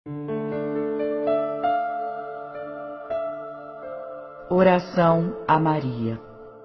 Oração a Maria.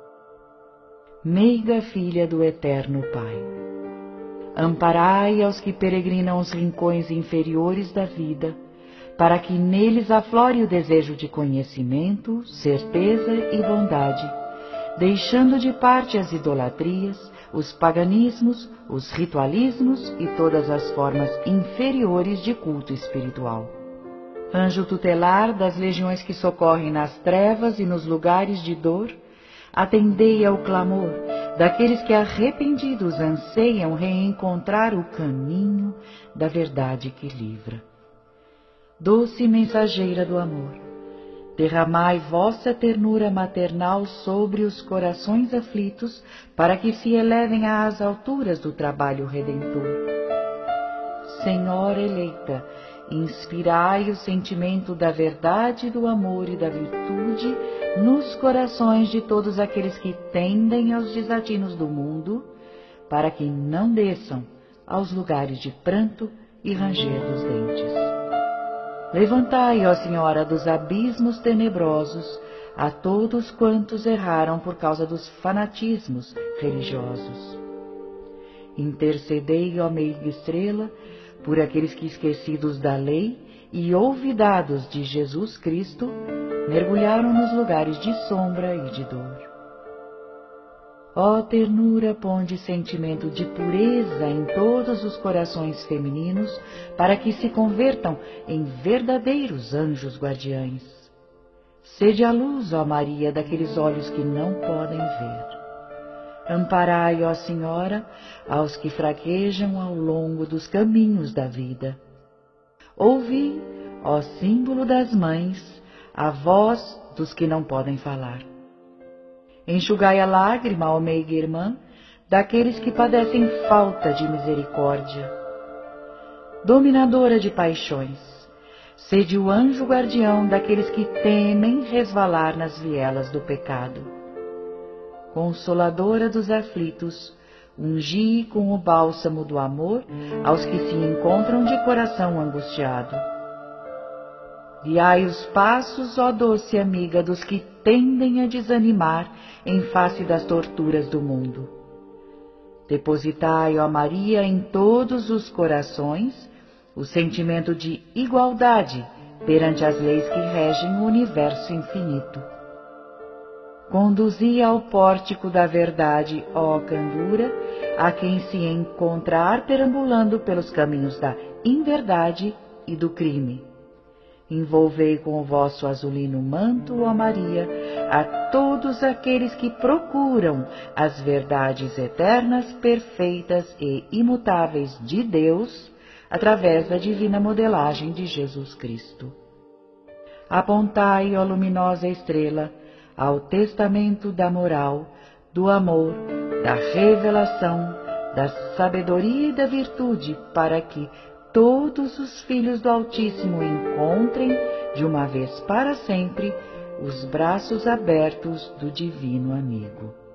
Meiga filha do Eterno Pai, amparai aos que peregrinam os rincões inferiores da vida, para que neles aflore o desejo de conhecimento, certeza e bondade, deixando de parte as idolatrias, os paganismos, os ritualismos e todas as formas inferiores de culto espiritual. Anjo tutelar das legiões que socorrem nas trevas e nos lugares de dor, atendei ao clamor daqueles que arrependidos anseiam reencontrar o caminho da verdade que livra. Doce mensageira do amor, derramai vossa ternura maternal sobre os corações aflitos, para que se elevem às alturas do trabalho redentor. Senhora eleita, inspirai o sentimento da verdade, do amor e da virtude nos corações de todos aqueles que tendem aos desatinos do mundo, para que não desçam aos lugares de pranto e ranger dos dentes. Levantai, ó Senhora, dos abismos tenebrosos a todos quantos erraram por causa dos fanatismos religiosos. Intercedei, ó meiga estrela, por aqueles que, esquecidos da lei e olvidados de Jesus Cristo, mergulharam nos lugares de sombra e de dor. Ó ternura, ponde sentimento de pureza em todos os corações femininos, para que se convertam em verdadeiros anjos guardiães. Sede a luz, ó Maria, daqueles olhos que não podem ver. Amparai, ó Senhora, aos que fraquejam ao longo dos caminhos da vida. Ouvi, ó símbolo das mães, a voz dos que não podem falar. Enxugai a lágrima, ó meiga irmã, daqueles que padecem falta de misericórdia. Dominadora de paixões, sede o anjo guardião daqueles que temem resvalar nas vielas do pecado. Consoladora dos aflitos, ungi com o bálsamo do amor aos que se encontram de coração angustiado. Guiai os passos, ó doce amiga, dos que tendem a desanimar em face das torturas do mundo. Depositai, ó Maria, em todos os corações o sentimento de igualdade perante as leis que regem o universo infinito. Conduzi ao pórtico da verdade, ó candura, a quem se encontrar perambulando pelos caminhos da inverdade e do crime. Envolvei com o vosso azulino manto, ó Maria, a todos aqueles que procuram as verdades eternas, perfeitas e imutáveis de Deus, através da divina modelagem de Jesus Cristo. Apontai, ó luminosa estrela, ao testamento da moral, do amor, da revelação, da sabedoria e da virtude, para que todos os filhos do Altíssimo encontrem, de uma vez para sempre, os braços abertos do Divino Amigo.